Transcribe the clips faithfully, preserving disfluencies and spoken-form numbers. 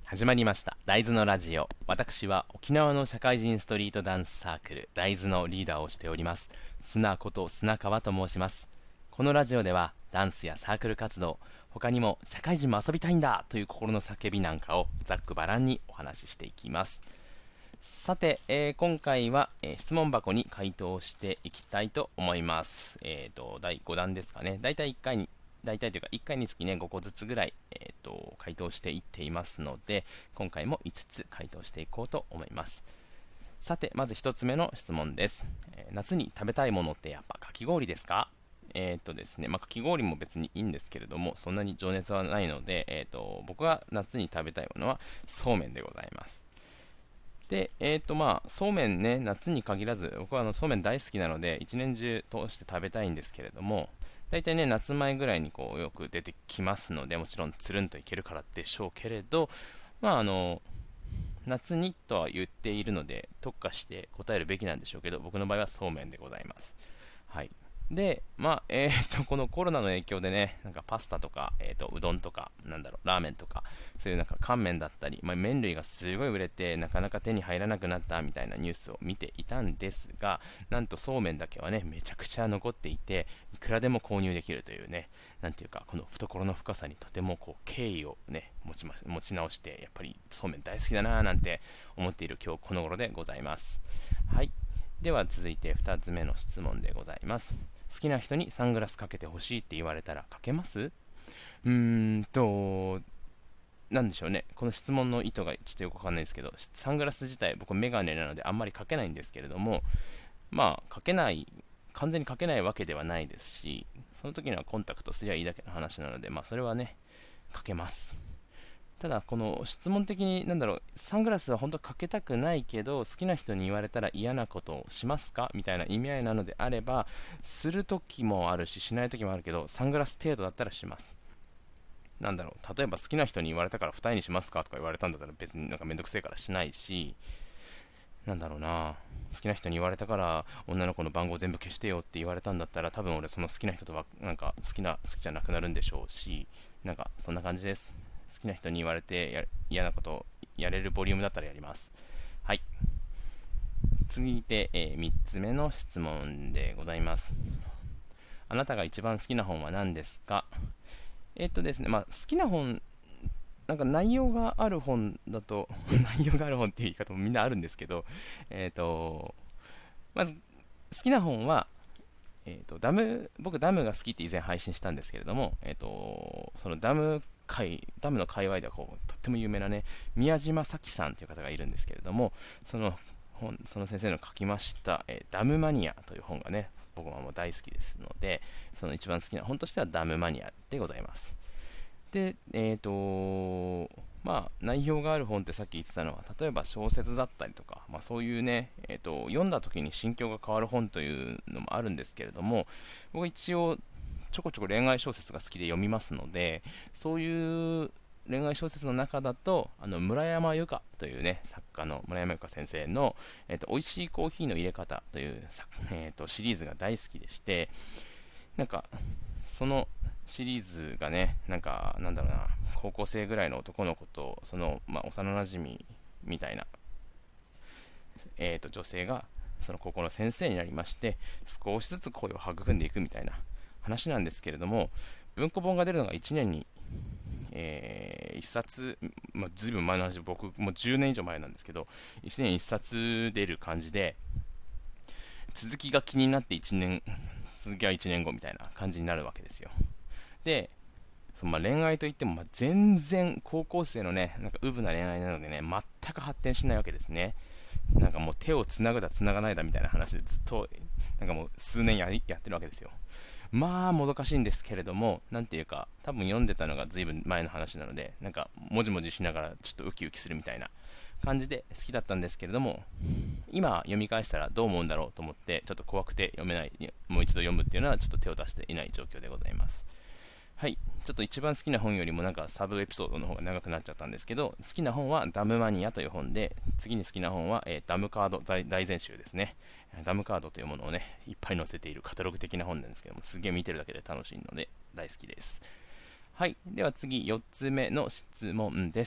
始まりました大豆のラジオ。私は沖縄の社会人ストリートダンスサークル大豆のリーダーをしております砂こと砂川と申します。このラジオではダンスやサークル活動、他にも社会人も遊びたいんだという心の叫びなんかをざっくばらんにお話ししていきます。さて、えー今回は、えー質問箱に回答していきたいと思います。えーと、だいごだんですかね。だいたいいっかいに、大体というかいっかいにつきね、ごこずつぐらい、えーと、回答していっていますので、今回もいつつ回答していこうと思います。さて、まずひとつめの質問です。えー夏に食べたいものってやっぱかき氷ですか？えーとですね、まあ、かき氷も別にいいんですけれども、そんなに情熱はないので、えーと、僕が夏に食べたいものはそうめんでございます。で、えーとまあ、そうめんね、夏に限らず、僕はあのそうめん大好きなので、一年中通して食べたいんですけれども、大体ね、夏前ぐらいにこうよく出てきますので、もちろんつるんといけるからでしょうけれど、まああの、夏にとは言っているので、特化して答えるべきなんでしょうけど、僕の場合はそうめんでございます。はい。で、まあ、えーと、このコロナの影響でね、なんかパスタとか、えーと、うどんとか、なんだろう、ラーメンとか、そういうなんか乾麺だったり、まあ、麺類がすごい売れて、なかなか手に入らなくなったみたいなニュースを見ていたんですが、なんとそうめんだけはね、めちゃくちゃ残っていて、いくらでも購入できるというね、なんていうか、この懐の深さにとてもこう敬意をね、持ちま持ち直して、やっぱりそうめん大好きだなぁなんて思っている今日この頃でございます。はい。では続いてふたつめの質問でございます。好きな人にサングラスかけてほしいって言われたらかけます？うーんと、なんでしょうね。この質問の意図がちょっとよくわかんないですけど、サングラス自体僕メガネなのであんまりかけないんですけれども、まあかけない、完全にかけないわけではないですし、その時にはコンタクトすりゃいいだけの話なので、まあそれはね、かけます。ただこの質問的になんだろう、サングラスは本当かけたくないけど好きな人に言われたら嫌なことをしますかみたいな意味合いなのであれば、する時もあるししない時もあるけど、サングラス程度だったらします。なんだろう、例えば好きな人に言われたから二重にしますかとか言われたんだったら別になんかめんどくせえからしないし、なんだろうな、好きな人に言われたから女の子の番号全部消してよって言われたんだったら、多分俺その好きな人とはなんか好きな好きじゃなくなるんでしょうし、なんかそんな感じです。好きな人に言われてや嫌なことをやれるボリュームだったらやります。はい。続いて、えみっつめの質問でございます。あなたが一番好きな本は何ですか？えっとですね、まあ、好きな本、なんか内容がある本だと内容がある本っていう言い方もみんなあるんですけど、えっと、まず好きな本は、えーと、ダム、僕ダムが好きって以前配信したんですけれども、えーと、そのダム界、ダムの界隈ではこうとっても有名なね、宮島咲さんという方がいるんですけれども、その本、その先生の書きました、えーダムマニアという本がね、僕はもう大好きですので、その一番好きな本としてはダムマニアでございます。で、えっ、とまあ、内容がある本ってさっき言ってたのは、例えば小説だったりとか、まあ、そういうね、えーと、読んだ時に心境が変わる本というのもあるんですけれども、僕一応、ちょこちょこ恋愛小説が好きで読みますので、そういう恋愛小説の中だと、あの村山由佳というね、作家の村山由佳先生の、えーと、美味しいコーヒーの入れ方という、えーと、シリーズが大好きでして、なんか、そのシリーズがね、なんか、なんだろうな、高校生ぐらいの男の子と、その、まあ、幼馴染みたいな、えーと、女性が、その高校の先生になりまして、少しずつ恋を育んでいくみたいな話なんですけれども、文庫本が出るのがいちねんに、えー、いっさつ、まあ、ずいぶん前の話、僕、もうじゅうねん以上前なんですけど、いちねんいっさつ出る感じで、続きが気になっていちねん、続きはいちねんごみたいな感じになるわけですよ。で、そのまあ恋愛といってもまあ全然高校生のね、なんかウブな恋愛なのでね、全く発展しないわけですね。なんかもう手をつなぐだつながないだみたいな話でずっと、なんかもう数年やりやってるわけですよ。まあもどかしいんですけれども、なんていうか、多分読んでたのがずいぶん前の話なので、なんかもじもじしながらちょっとウキウキするみたいな感じで好きだったんですけれども、今読み返したらどう思うんだろうと思って、ちょっと怖くて読めない、もう一度読むっていうのはちょっと手を出していない状況でございます。はい。ちょっと一番好きな本よりもなんかサブエピソードの方が長くなっちゃったんですけど、好きな本はダムマニアという本で、次に好きな本は、えーダムカード大大全集ですね。ダムカードというものをね、いっぱい載せているカタログ的な本なんですけども、すげえ見てるだけで楽しいので大好きです。はい。では次、よっつめの質問です。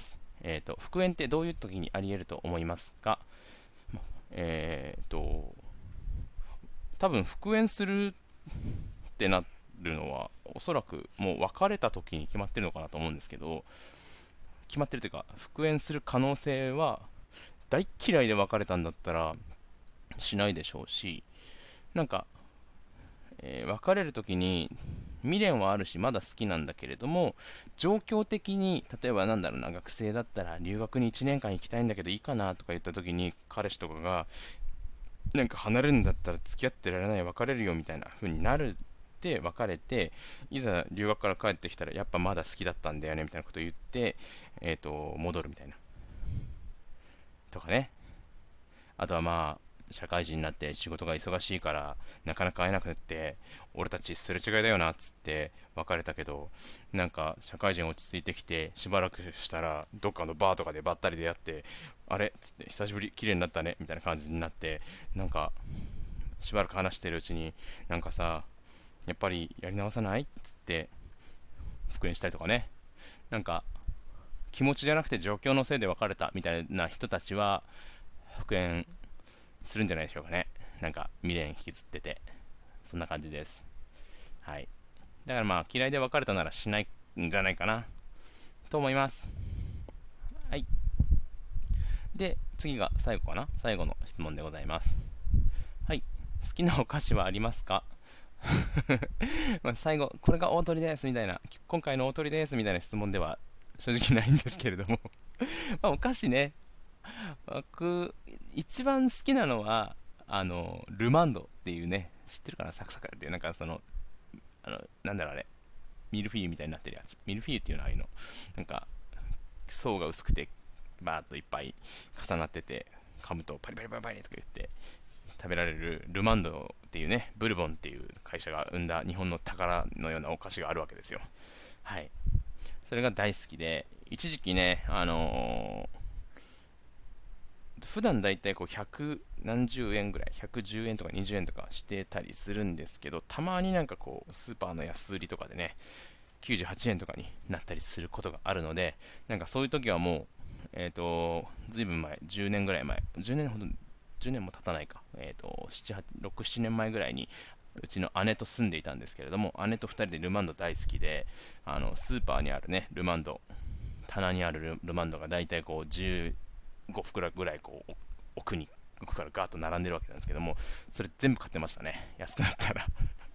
えーと、復縁ってどういう時にあり得ると思いますか？えーと、多分復縁するってなるのは、おそらくもう別れた時に決まってるのかなと思うんですけど、決まってるというか、復縁する可能性は、大嫌いで別れたんだったらしないでしょうし、なんか、えー別れる時に未練はあるしまだ好きなんだけれども、状況的に例えばなんだろうな、学生だったら留学にいちねんかん行きたいんだけどいいかなとか言った時に、彼氏とかがなんか離れるんだったら付き合ってられない、別れるよみたいな風になるって別れて、いざ留学から帰ってきたらやっぱまだ好きだったんだよねみたいなことを言って、えー、と戻るみたいなとかね。あとはまあ社会人になって仕事が忙しいからなかなか会えなくなって、俺たちすれ違いだよなっつって別れたけど、なんか社会人落ち着いてきてしばらくしたらどっかのバーとかでばったり出会って、あれっつって久しぶり綺麗になったねみたいな感じになって、なんかしばらく話してるうちに、なんかさやっぱりやり直さないっつって復縁したりとかね。なんか気持ちじゃなくて状況のせいで別れたみたいな人たちは復縁するんじゃないでしょうかね。なんか未練引きずってて、そんな感じです。はい。だからまあ嫌いで別れたならしないんじゃないかなと思います。はい。で、次が最後かな。最後の質問でございます。はい。好きなお菓子はありますか？まあ最後、これが大鳥ですみたいな、今回の大鳥ですみたいな質問では正直ないんですけれどもまあお菓子ね、僕、一番好きなのは、あの、ルマンドっていうね、知ってるかな、サクサクっていう、なんかその、あの、なんだろうあれ、ミルフィーユみたいになってるやつ。ミルフィーユっていうのはああいうの、なんか、層が薄くて、バーっといっぱい重なってて、噛むとパリパリパリパリとか言って食べられるルマンドっていうね、ブルボンっていう会社が生んだ日本の宝のようなお菓子があるわけですよ。はい。それが大好きで、一時期ね、あのー普段だいたいこうひゃく何十円ぐらい、ひゃくじゅうえんとかにじゅうえんとかしてたりするんですけど、たまになんかこうスーパーの安売りとかでね、きゅうじゅうはちえんとかになったりすることがあるので、なんかそういう時はもう、えっ、と、ずいぶん前、じゅうねんぐらい前、じゅうねんほど、じゅうねんも経たないか、えっ、と、なな、ろく、ななねんまえぐらいに、うちの姉と住んでいたんですけれども、姉とふたりでルマンド大好きで、あのスーパーにあるね、ルマンド、棚にあるルルマンドがだいたいこうじゅうご袋ぐらいこう奥に奥からガーッと並んでるわけなんですけども、それ全部買ってましたね、安くなったら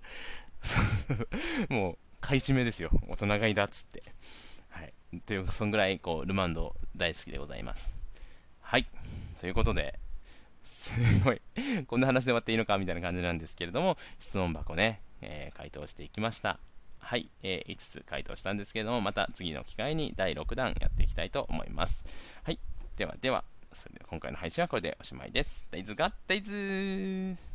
もう買い占めですよ、大人買いだっつって。はい、というそんぐらいこうルマンド大好きでございます。はい、ということで、すごいこんな話で終わっていいのかみたいな感じなんですけれども、質問箱ね、えー回答していきました。はい、えーいつつ回答したんですけれども、また次の機会にだいろくだんやっていきたいと思います。はい、ではでは、それでは今回の配信はこれでおしまいです。大豆が大豆